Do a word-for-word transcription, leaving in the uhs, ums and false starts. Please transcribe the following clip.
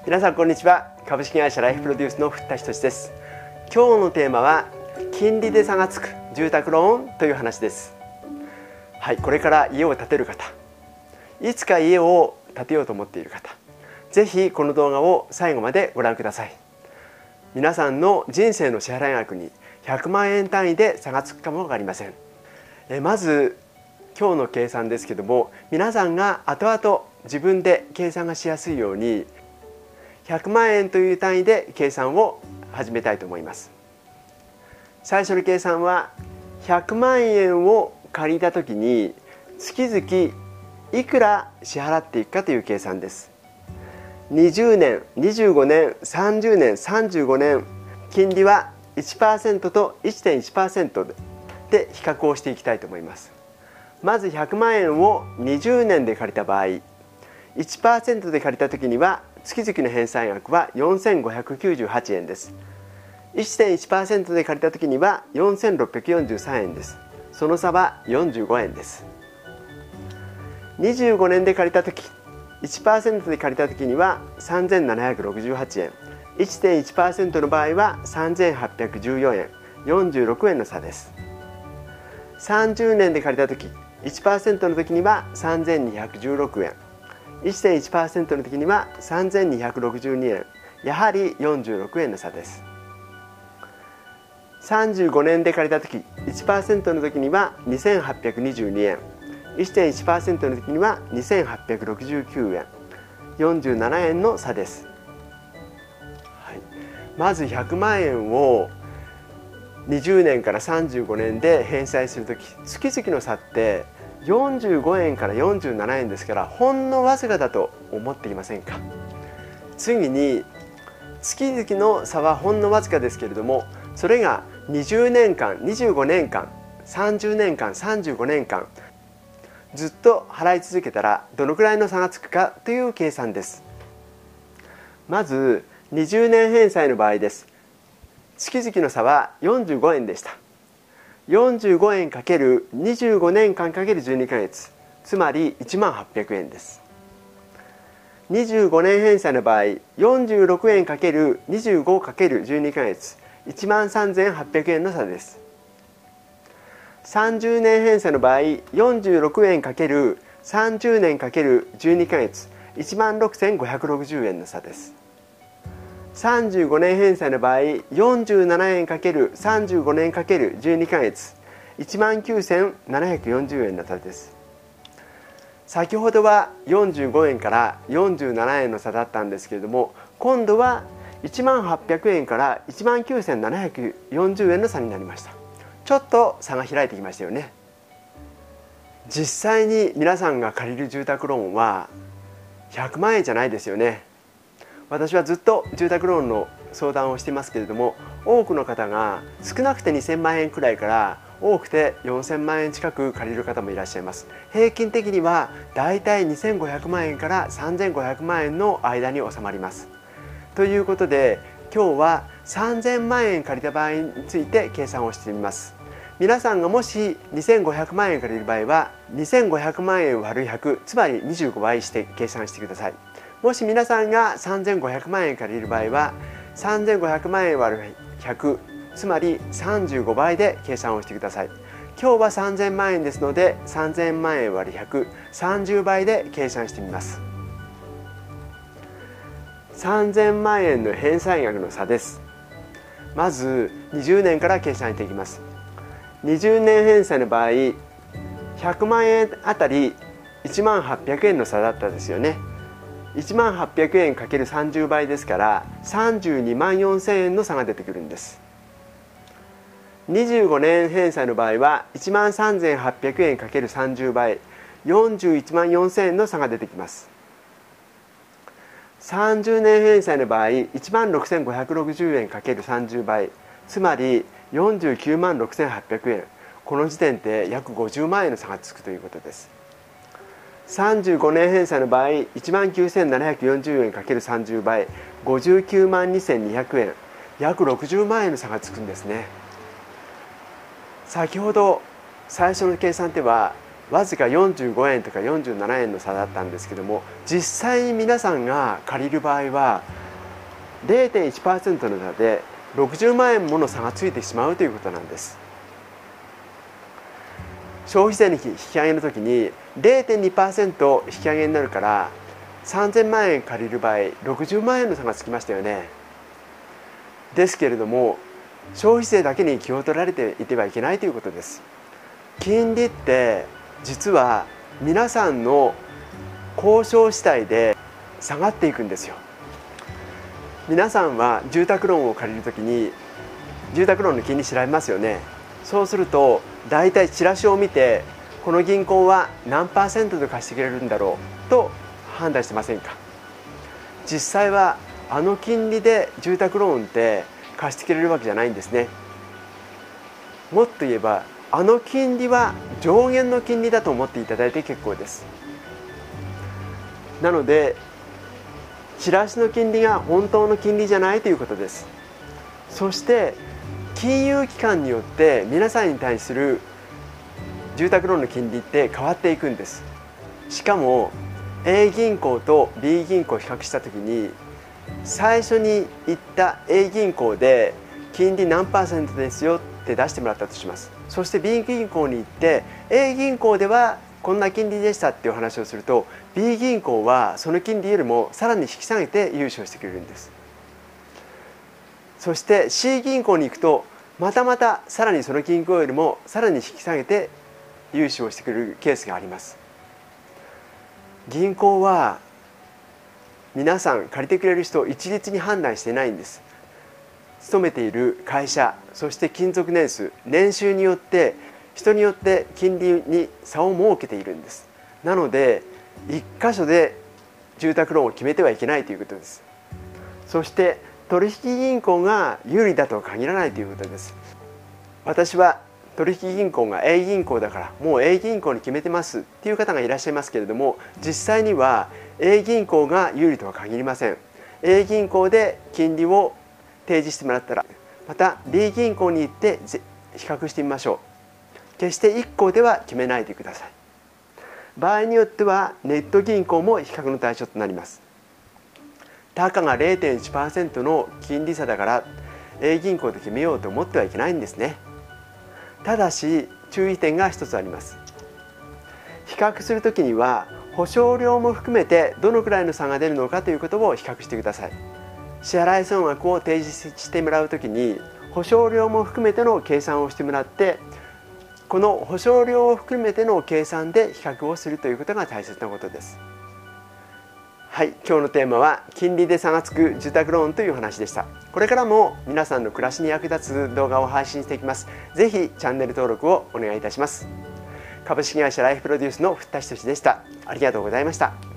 皆さんこんにちは。株式会社ライフプロデュースの福田仁です。今日のテーマは金利で差がつく住宅ローンという話です。はい、これから家を建てる方、いつか家を建てようと思っている方、ぜひこの動画を最後までご覧ください。皆さんの人生の支払い額にひゃくまんえん単位で差がつくかもわかりません。えまず今日の計算ですけども、皆さんが後々自分で計算がしやすいようにひゃくまんえんという単位で計算を始めたいと思います。最初の計算はひゃくまんえんを借りた時に月々いくら支払っていくかという計算です。にじゅうねん、にじゅうごねん、さんじゅうねん、さんじゅうごねん、金利は いちパーセント と いってんいちパーセント で比較をしていきたいと思います。まずひゃくまんえんをにじゅうねんで借りた場合、いちパーセント で借りた時には月々の返済額はよんせんごひゃくきゅうじゅうはちえんです。いってんいちパーセント で借りた時にはよんせんろっぴゃくよんじゅうさんえんです。その差はよんじゅうごえんです。にじゅうごねんで借りた時、いちパーセント で借りた時にはさんぜんななひゃくろくじゅうはちえん、いってんいちパーセント の場合はさんぜんはっぴゃくじゅうよんえん、よんじゅうろくえんの差です。さんじゅうねんで借りた時、いちパーセント の時にはさんぜんにひゃくじゅうろくえん、いってんいちパーセント の時にはさんぜんにひゃくろくじゅうにえん、やはりよんじゅうろくえんの差です。さんじゅうごねんで借りた時、いちパーセント の時にはにせんはっぴゃくにじゅうにえん、いってんいちパーセント の時にはにせんはっぴゃくろくじゅうきゅうえん、よんじゅうななえんの差です。はい、まずひゃくまんえんをにじゅうねんからさんじゅうごねんで返済する時、月々の差ってよんじゅうごえんからよんじゅうななえんですから、ほんのわずかだと思っていませんか。次に月々の差はほんのわずかですけれども、それがにじゅうねんかん、にじゅうごねんかん、さんじゅうねんかん、さんじゅうごねんかんずっと払い続けたらどのくらいの差がつくかという計算です。まずにじゅうねん返済の場合です。月々の差はよんじゅうごえんでした。よんじゅうごえんかけるにじゅうごねんかんかけるじゅうにかげつ、つまりいちまんはっぴゃくえんです。にじゅうごねん返済の場合、よんじゅうろくえんかけるにじゅうごかけるじゅうにかげつ、いちまんさんぜんはっぴゃくえんの差です。さんじゅうねん返済の場合、よんじゅうろくえんかけるさんじゅうねんかけるじゅうにかげつ、いちまんろくせんごひゃくろくじゅうえんの差です。さんじゅうごねん返済の場合、よんじゅうななえんかけるさんじゅうごねんかけるじゅうにかげつ、いちまんきゅうせんななひゃくよんじゅうえんの差です。先ほどはよんじゅうごえんからよんじゅうななえんの差だったんですけれども、今度はいちまんはっぴゃくえんからいちまんきゅうせんななひゃくよんじゅうえんの差になりました。ちょっと差が開いてきましたよね。実際に皆さんが借りる住宅ローンはひゃくまんえんじゃないですよね。私はずっと住宅ローンの相談をしていますけれども、多くの方が少なくてにせんまんえんくらいから多くてよんせんまんえん近く借りる方もいらっしゃいます。平均的にはだいたいにせんごひゃくまんえんからさんぜんごひゃくまんえんの間に収まります。ということで今日はさんぜんまんえん借りた場合について計算をしてみます。皆さんがもしにせんごひゃくまんえん借りる場合はにせんごひゃくまんえん割るひゃく、つまりにじゅうごばいして計算してください。もし皆さんがさんぜんごひゃくまんえん借りる場合はさんぜんごひゃくまんえん割るひゃく、つまりさんじゅうごばいで計算をしてください。今日はさんぜんまんえんですのでさんぜんまんえん割るひゃく、さんじゅうばいで計算してみます。さんぜんまんえんの返済額の差です。まずにじゅうねんから計算していきます。にじゅうねん返済の場合、ひゃくまんえんあたりいちまんはっぴゃくえんの差だったですよね。いちまんはっぴゃくえんかけるさんじゅうばいですからさんじゅうにまんよんせんえんの差が出てくるんです。にじゅうごねん返済の場合はいちまんさんぜんはっぴゃくえんかけるさんじゅうばい、よんじゅういちまんよんせんえんの差が出てきます。さんじゅうねん返済の場合いちまんろくせんごひゃくろくじゅうえんかけるさんじゅうばい、つまりよんじゅうきゅうまんろくせんはっぴゃくえん、この時点で約ごじゅうまんえんの差がつくということです。さんじゅうごねん返済の場合いちまんきゅうせんななひゃくよんじゅうえんかけるさんじゅうばい、ごじゅうきゅうまんにせんにひゃくえん、約ろくじゅうまんえんの差がつくんですね。先ほど最初の計算ではわずかよんじゅうごえんとかよんじゅうななえんの差だったんですけども、実際に皆さんが借りる場合は れいてんいちパーセント の差でろくじゅうまんえんもの差がついてしまうということなんです。消費税の引き上げの時に れいてんにパーセント 引き上げになるからさんぜんまんえん借りる場合ろくじゅうまんえんの差がつきましたよね。ですけれども消費税だけに気を取られていてはいけないということです。金利って実は皆さんの交渉次第で下がっていくんですよ。皆さんは住宅ローンを借りるときに住宅ローンの金利調べますよね。そうするとだいたいチラシを見てこの銀行は何パーセントで貸してくれるんだろうと判断してませんか。実際はあの金利で住宅ローンって貸してくれるわけじゃないんですね。もっと言えばあの金利は上限の金利だと思っていただいて結構です。なのでチラシの金利が本当の金利じゃないということです。そして金融機関によって皆さんに対する住宅ローンの金利って変わっていくんです。しかも A 銀行と B 銀行を比較したときに最初に言った A 銀行で金利何パーセントですよって出してもらったとします。そして B 銀行に行って A 銀行ではこんな金利でしたっていう話をすると B 銀行はその金利よりもさらに引き下げて融資をしてくれるんです。そして C 銀行に行くとまたまたさらにその銀行よりもさらに引き下げて融資をしてくれるケースがあります。銀行は皆さん借りてくれる人を一律に判断していないんです。勤めている会社、そして勤続年数、年収によって人によって金利に差を設けているんです。なので一箇所で住宅ローンを決めてはいけないということです。そして取引銀行が有利だとは限らないということです。私は取引銀行が A 銀行だからもう A 銀行に決めてますっていう方がいらっしゃいますけれども、実際には A 銀行が有利とは限りません。 A 銀行で金利を提示してもらったらまた B 銀行に行って比較してみましょう。決していっこでは決めないでください。場合によってはネット銀行も比較の対象となります。たかが れいてんいちパーセント の金利差だから A 銀行で決めようと思ってはいけないんですね。ただし注意点が一つあります。比較するときには保証料も含めてどのくらいの差が出るのかということを比較してください。支払い総額を提示してもらうときに保証料も含めての計算をしてもらってこの保証料を含めての計算で比較をするということが大切なことです。はい、今日のテーマは金利で差がつく住宅ローンという話でした。これからも皆さんの暮らしに役立つ動画を配信していきます。ぜひチャンネル登録をお願いいたします。株式会社ライフプロデュースの福田仁でした。ありがとうございました。